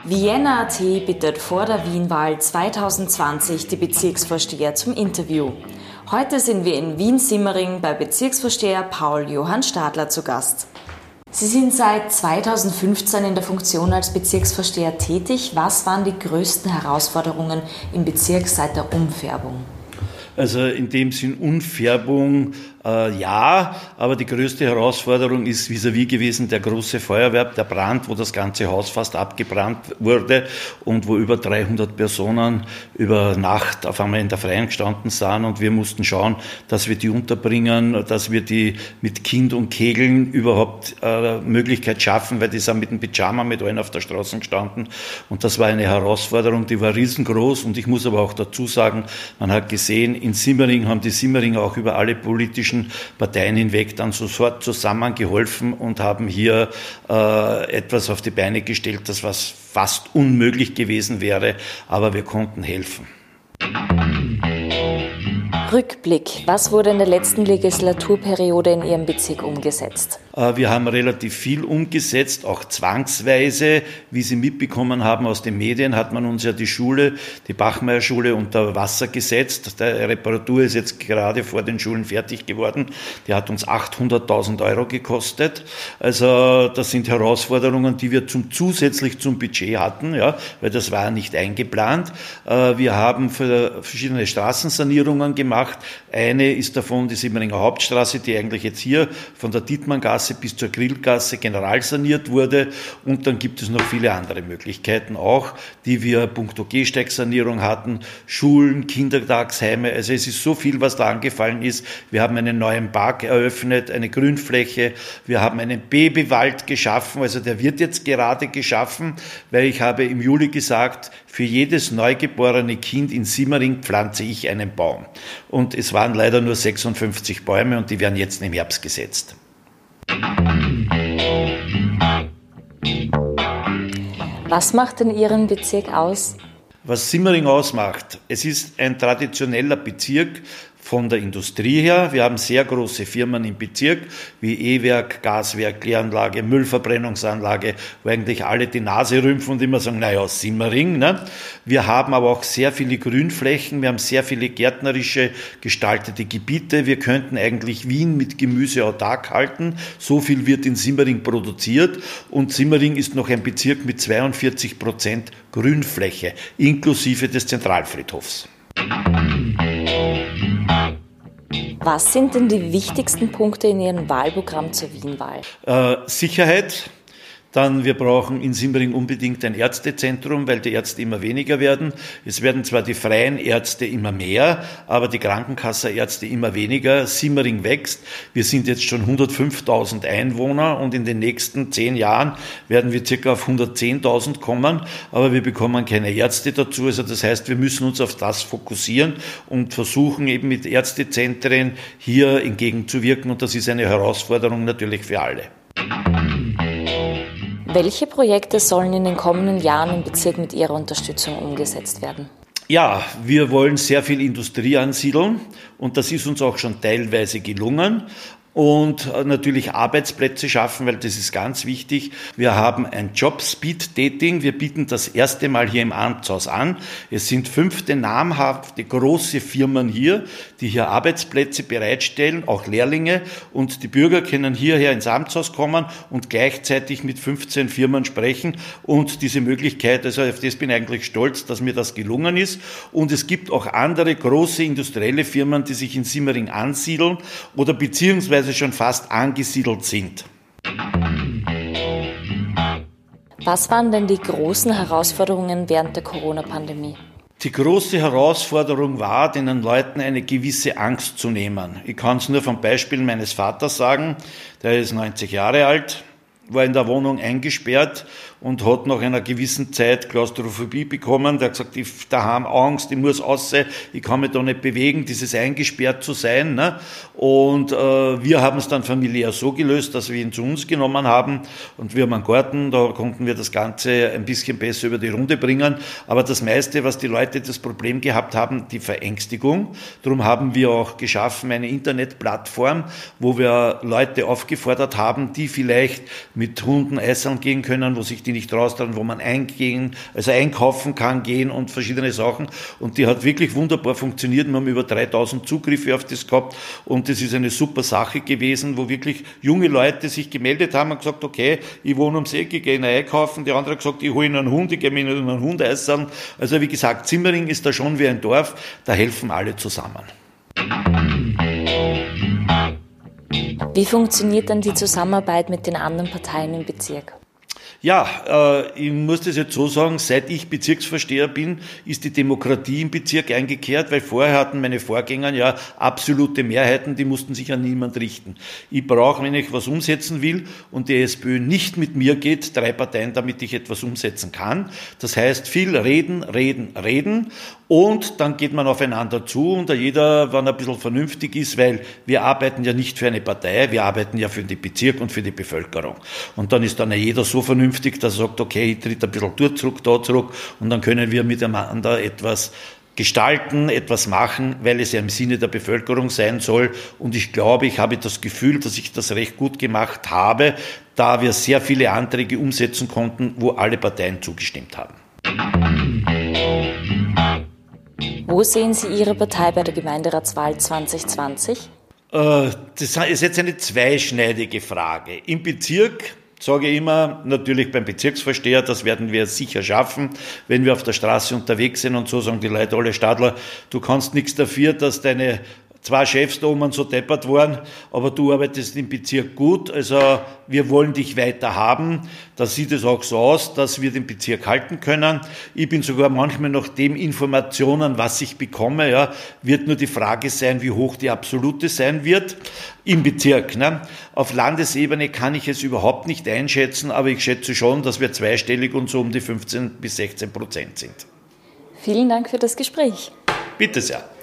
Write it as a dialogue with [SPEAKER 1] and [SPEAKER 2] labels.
[SPEAKER 1] Vienna.at bittet vor der Wienwahl 2020 die Bezirksvorsteher zum Interview. Heute sind wir in Wien-Simmering bei Bezirksvorsteher Paul Johann Stadler zu Gast. Sie sind seit 2015 in der Funktion als Bezirksvorsteher tätig. Was waren die größten Herausforderungen im Bezirk seit der Umfärbung?
[SPEAKER 2] Also in dem Sinn Umfärbung, ja, aber die größte Herausforderung ist vis-à-vis gewesen der große Feuerwerk, der Brand, wo das ganze Haus fast abgebrannt wurde und wo über 300 Personen über Nacht auf einmal in der Freien gestanden sind und wir mussten schauen, dass wir die unterbringen, dass wir die mit Kind und Kegeln überhaupt Möglichkeit schaffen, weil die sind mit dem Pyjama mit allen auf der Straße gestanden und das war eine Herausforderung, die war riesengroß und ich muss aber auch dazu sagen, man hat gesehen, in Simmering haben die Simmeringer auch über alle politischen Parteien hinweg dann sofort zusammengeholfen und haben hier etwas auf die Beine gestellt, das was fast unmöglich gewesen wäre, aber wir konnten helfen.
[SPEAKER 1] Rückblick. Was wurde in der letzten Legislaturperiode in Ihrem Bezirk umgesetzt?
[SPEAKER 2] Wir haben relativ viel umgesetzt, auch zwangsweise. Wie Sie mitbekommen haben aus den Medien, hat man uns ja die Schule, die Bachmeier-Schule unter Wasser gesetzt. Die Reparatur ist jetzt gerade vor den Schulen fertig geworden. Die hat uns 800.000 Euro gekostet. Also das sind Herausforderungen, die wir zusätzlich zum Budget hatten, ja, weil das war nicht eingeplant. Wir haben verschiedene Straßensanierungen gemacht. Eine ist davon die Simmeringer Hauptstraße, die eigentlich jetzt hier von der Dietmanngasse bis zur Grillgasse general saniert wurde. Und dann gibt es noch viele andere Möglichkeiten auch, die wir punkto Gehsteigsanierung hatten, Schulen, Kindertagesheime. Also es ist so viel, was da angefallen ist. Wir haben einen neuen Park eröffnet, eine Grünfläche. Wir haben einen Babywald geschaffen. Also der wird jetzt gerade geschaffen, weil ich habe im Juli gesagt, für jedes neugeborene Kind in Simmering pflanze ich einen Baum. Und es waren leider nur 56 Bäume und die werden jetzt im Herbst gesetzt.
[SPEAKER 1] Was macht denn Ihren Bezirk aus?
[SPEAKER 2] Was Simmering ausmacht, es ist ein traditioneller Bezirk von der Industrie her. Wir haben sehr große Firmen im Bezirk, wie E-Werk, Gaswerk, Kläranlage, Müllverbrennungsanlage, wo eigentlich alle die Nase rümpfen und immer sagen, naja, Simmering. Ne? Wir haben aber auch sehr viele Grünflächen, wir haben sehr viele gärtnerische gestaltete Gebiete. Wir könnten eigentlich Wien mit Gemüse autark halten. So viel wird in Simmering produziert und Simmering ist noch ein Bezirk mit 42% Grünfläche, inklusive des Zentralfriedhofs.
[SPEAKER 1] Was sind denn die wichtigsten Punkte in Ihrem Wahlprogramm zur Wienwahl?
[SPEAKER 2] Sicherheit. Dann, wir brauchen in Simmering unbedingt ein Ärztezentrum, weil die Ärzte immer weniger werden. Es werden zwar die freien Ärzte immer mehr, aber die Krankenkasserärzte immer weniger. Simmering wächst. Wir sind jetzt schon 105.000 Einwohner und in den nächsten 10 Jahren werden wir circa auf 110.000 kommen, aber wir bekommen keine Ärzte dazu. Also das heißt, wir müssen uns auf das fokussieren und versuchen eben mit Ärztezentren hier entgegenzuwirken und das ist eine Herausforderung natürlich für alle.
[SPEAKER 1] Welche Projekte sollen in den kommenden Jahren im Bezirk mit Ihrer Unterstützung umgesetzt werden?
[SPEAKER 2] Ja, wir wollen sehr viel Industrie ansiedeln und das ist uns auch schon teilweise gelungen. Und natürlich Arbeitsplätze schaffen, weil das ist ganz wichtig. Wir haben ein Job-Speed-Dating. Wir bieten das erste Mal hier im Amtshaus an. Es sind 5 namhafte große Firmen hier, die hier Arbeitsplätze bereitstellen, auch Lehrlinge. Und die Bürger können hierher ins Amtshaus kommen und gleichzeitig mit 15 Firmen sprechen. Und diese Möglichkeit, also auf das bin ich eigentlich stolz, dass mir das gelungen ist. Und es gibt auch andere große industrielle Firmen, die sich in Simmering ansiedeln oder beziehungsweise schon fast angesiedelt sind.
[SPEAKER 1] Was waren denn die großen Herausforderungen während der Corona-Pandemie?
[SPEAKER 2] Die große Herausforderung war, den Leuten eine gewisse Angst zu nehmen. Ich kann es nur vom Beispiel meines Vaters sagen, der ist 90 Jahre alt, war in der Wohnung eingesperrt und hat nach einer gewissen Zeit Klaustrophobie bekommen. Der hat gesagt, ich daheim Angst, ich muss raus, ich kann mich da nicht bewegen, dieses eingesperrt zu sein. Ne? Und wir haben es dann familiär so gelöst, dass wir ihn zu uns genommen haben und wir haben einen Garten, da konnten wir das Ganze ein bisschen besser über die Runde bringen. Aber das meiste, was die Leute das Problem gehabt haben, die Verängstigung. Darum haben wir auch geschaffen eine Internetplattform, wo wir Leute aufgefordert haben, die vielleicht mit Hunden eisern gehen können, wo sich die die nicht raustragen, wo man einkaufen kann gehen und verschiedene Sachen. Und die hat wirklich wunderbar funktioniert. Wir haben über 3000 Zugriffe auf das gehabt und das ist eine super Sache gewesen, wo wirklich junge Leute sich gemeldet haben und gesagt, okay, ich wohne ums Eck, ich gehe einkaufen. Die andere hat gesagt, ich hole Ihnen einen Hund, ich gehe mir einen Hund essen. Also wie gesagt, Simmering ist da schon wie ein Dorf, da helfen alle zusammen.
[SPEAKER 1] Wie funktioniert dann die Zusammenarbeit mit den anderen Parteien im Bezirk?
[SPEAKER 2] Ja, ich muss das jetzt so sagen, seit ich Bezirksvorsteher bin, ist die Demokratie im Bezirk eingekehrt, weil vorher hatten meine Vorgänger ja absolute Mehrheiten, die mussten sich an niemand richten. Ich brauche, wenn ich was umsetzen will und die SPÖ nicht mit mir geht, 3 Parteien, damit ich etwas umsetzen kann. Das heißt, viel reden und dann geht man aufeinander zu und jeder, wenn er ein bisschen vernünftig ist, weil wir arbeiten ja nicht für eine Partei, wir arbeiten ja für den Bezirk und für die Bevölkerung. Und dann ist dann jeder so vernünftig, dass er sagt, okay, ich tritt ein bisschen dort zurück, da zurück und dann können wir miteinander etwas gestalten, etwas machen, weil es ja im Sinne der Bevölkerung sein soll. Und ich glaube, ich habe das Gefühl, dass ich das recht gut gemacht habe, da wir sehr viele Anträge umsetzen konnten, wo alle Parteien zugestimmt haben.
[SPEAKER 1] Wo sehen Sie Ihre Partei bei der Gemeinderatswahl 2020?
[SPEAKER 2] Das ist jetzt eine zweischneidige Frage. Im Bezirk sage ich immer, natürlich beim Bezirksvorsteher, das werden wir sicher schaffen, wenn wir auf der Straße unterwegs sind und so sagen die Leute alle, Stadler, du kannst nichts dafür, dass deine 2 Chefs da oben so deppert waren, aber du arbeitest im Bezirk gut, also wir wollen dich weiter haben. Da sieht es auch so aus, dass wir den Bezirk halten können. Ich bin sogar manchmal nach den Informationen, was ich bekomme, ja, wird nur die Frage sein, wie hoch die absolute sein wird im Bezirk. Ne? Auf Landesebene kann ich es überhaupt nicht einschätzen, aber ich schätze schon, dass wir zweistellig und so um die 15% bis 16% sind.
[SPEAKER 1] Vielen Dank für das Gespräch.
[SPEAKER 2] Bitte sehr.